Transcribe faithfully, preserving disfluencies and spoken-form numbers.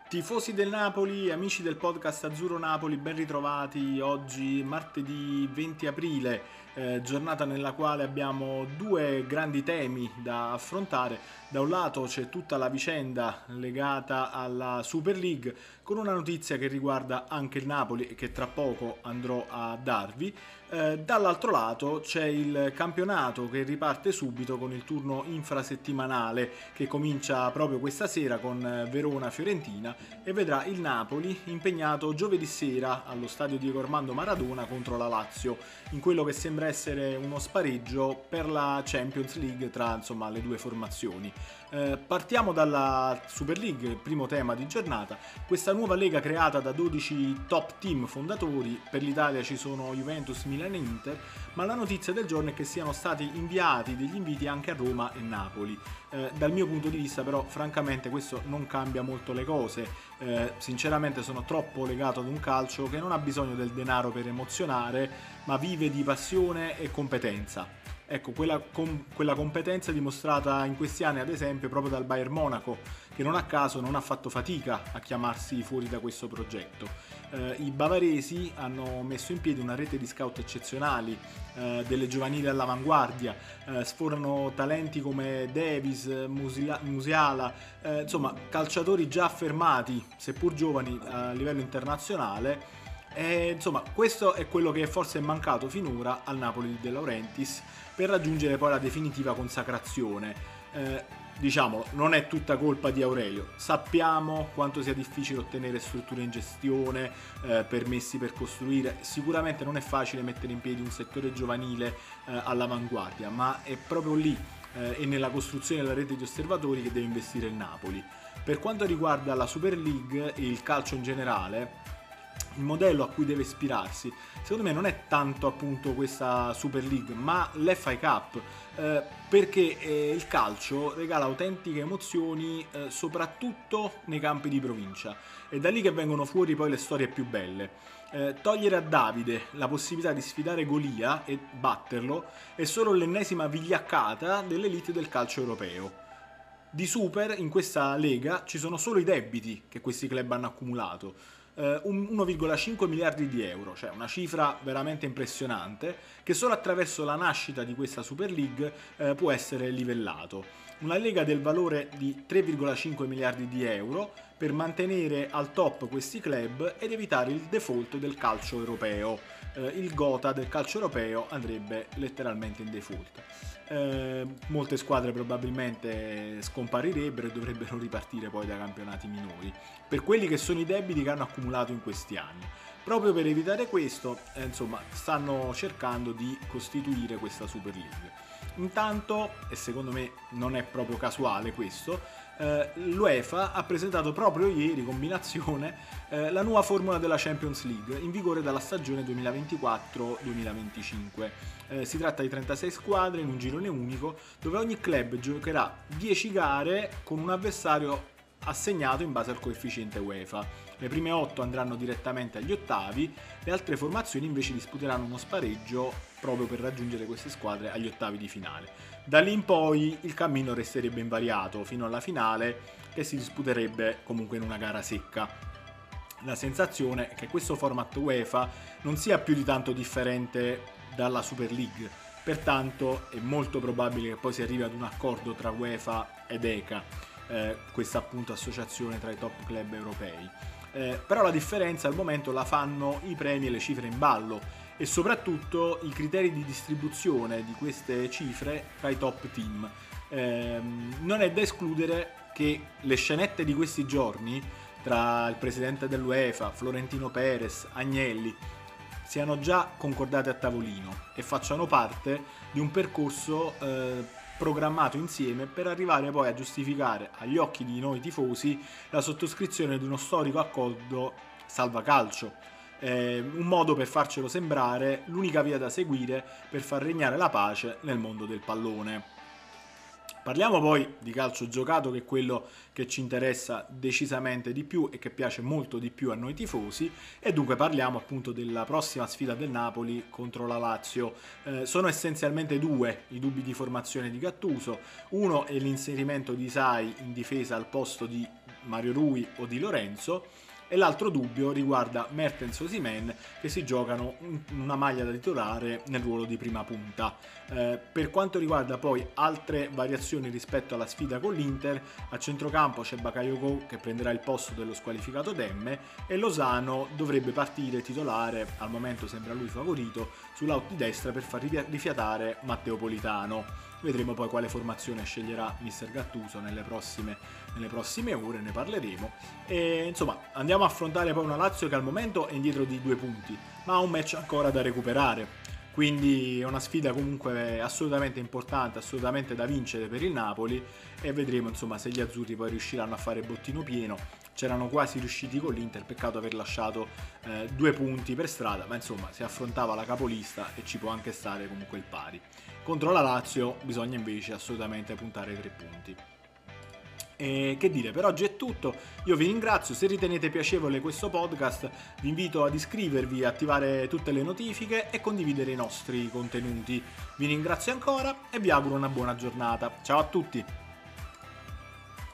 Tifosi del Napoli, amici del podcast Azzurro Napoli, ben ritrovati. Oggi martedì venti aprile, eh, giornata nella quale abbiamo due grandi temi da affrontare. Da un lato c'è tutta la vicenda legata alla Super League, con una notizia che riguarda anche il Napoli e che tra poco andrò a darvi. Eh, dall'altro lato c'è il campionato che riparte subito con il turno infrasettimanale che comincia proprio questa sera con Verona-Fiorentina e vedrà il Napoli impegnato giovedì sera allo stadio Diego Armando Maradona contro la Lazio, in quello che sembra essere uno spareggio per la Champions League tra insomma le due formazioni. Eh, partiamo dalla Super League, il primo tema di giornata. Questa nuova lega creata da dodici top team fondatori, per l'Italia ci sono Juventus, Milan e Inter, ma la notizia del giorno è che siano stati inviati degli inviti anche a Roma e Napoli. Eh, dal mio punto di vista però francamente questo non cambia molto le cose. Eh, sinceramente sono troppo legato ad un calcio che non ha bisogno del denaro per emozionare, ma vive di passione e competenza. Ecco, quella, com- quella competenza dimostrata in questi anni, ad esempio, proprio dal Bayern Monaco, che non a caso non ha fatto fatica a chiamarsi fuori da questo progetto. Eh, I bavaresi hanno messo in piedi una rete di scout eccezionali, eh, delle giovanili all'avanguardia, eh, sforano talenti come Davis, Musila- Musiala, eh, insomma, calciatori già affermati, seppur giovani, a livello internazionale. E, insomma, questo è quello che forse è mancato finora al Napoli di De Laurentiis per raggiungere poi la definitiva consacrazione. Eh, diciamo, non è tutta colpa di Aurelio. Sappiamo quanto sia difficile ottenere strutture in gestione, eh, permessi per costruire. Sicuramente non è facile mettere in piedi un settore giovanile eh, all'avanguardia, ma è proprio lì eh, e nella costruzione della rete di osservatori che deve investire il Napoli. Per quanto riguarda la Super League e il calcio in generale, il modello a cui deve ispirarsi secondo me non è tanto appunto questa Super League ma l'F A Cup, eh, perché eh, il calcio regala autentiche emozioni eh, soprattutto nei campi di provincia, è da lì che vengono fuori poi le storie più belle. Eh, togliere a Davide la possibilità di sfidare Golia e batterlo è solo l'ennesima vigliaccata dell'elite del calcio europeo. Di super in questa lega ci sono solo i debiti che questi club hanno accumulato, eh, uno virgola cinque miliardi di euro, cioè una cifra veramente impressionante che solo attraverso la nascita di questa Super League eh, può essere livellato. Una lega del valore di tre virgola cinque miliardi di euro per mantenere al top questi club ed evitare il default del calcio europeo. Eh, il Gotha del calcio europeo andrebbe letteralmente in default. Eh, molte squadre probabilmente scomparirebbero e dovrebbero ripartire poi dai campionati minori per quelli che sono i debiti che hanno accumulato in questi anni. Proprio per evitare questo, eh, insomma, stanno cercando di costituire questa Super League. Intanto, e secondo me non è proprio casuale questo, eh, l'UEFA ha presentato proprio ieri, combinazione, eh, la nuova formula della Champions League in vigore dalla stagione duemilaventiquattro duemilaventicinque. Eh, si tratta di trentasei squadre in un girone unico dove ogni club giocherà dieci gare con un avversario assegnato in base al coefficiente UEFA. Le prime otto andranno direttamente agli ottavi, le altre formazioni invece disputeranno uno spareggio proprio per raggiungere queste squadre agli ottavi di finale. Da lì in poi il cammino resterebbe invariato fino alla finale, che si disputerebbe comunque in una gara secca. La sensazione è che questo format UEFA non sia più di tanto differente dalla Super League, pertanto è molto probabile che poi si arrivi ad un accordo tra UEFA ed E C A, eh, questa appunto associazione tra i top club europei. Eh, però la differenza al momento la fanno i premi e le cifre in ballo e soprattutto i criteri di distribuzione di queste cifre tra i top team. Eh, non è da escludere che le scenette di questi giorni tra il presidente dell'UEFA, Florentino Perez, Agnelli, siano già concordate a tavolino e facciano parte di un percorso eh, programmato insieme per arrivare poi a giustificare agli occhi di noi tifosi la sottoscrizione di uno storico accordo salvacalcio, eh, un modo per farcelo sembrare l'unica via da seguire per far regnare la pace nel mondo del pallone. Parliamo poi di calcio giocato, che è quello che ci interessa decisamente di più e che piace molto di più a noi tifosi, e dunque parliamo appunto della prossima sfida del Napoli contro la Lazio. Eh, sono essenzialmente due i dubbi di formazione di Gattuso. Uno è l'inserimento di Sai in difesa al posto di Mario Rui o Di Lorenzo, e l'altro dubbio riguarda Mertens Osimhen, che si giocano una maglia da titolare nel ruolo di prima punta. Eh, per quanto riguarda poi altre variazioni rispetto alla sfida con l'Inter, a centrocampo c'è Bakayoko che prenderà il posto dello squalificato Demme, e Lozano dovrebbe partire titolare, al momento sembra lui favorito, sull'out di destra per far rifiatare Matteo Politano. Vedremo poi quale formazione sceglierà mister Gattuso nelle prossime, nelle prossime ore, ne parleremo. E insomma, andiamo a affrontare poi una Lazio che al momento è indietro di due punti, ma ha un match ancora da recuperare. Quindi è una sfida comunque assolutamente importante, assolutamente da vincere per il Napoli, e vedremo insomma se gli azzurri poi riusciranno a fare bottino pieno. C'erano quasi riusciti con l'Inter, peccato aver lasciato eh, due punti per strada, ma insomma si affrontava la capolista e ci può anche stare comunque il pari. Contro la Lazio bisogna invece assolutamente puntare ai tre punti. E che dire, per oggi è tutto, io vi ringrazio, se ritenete piacevole questo podcast vi invito ad iscrivervi, attivare tutte le notifiche e condividere i nostri contenuti. Vi ringrazio ancora e vi auguro una buona giornata, ciao a tutti!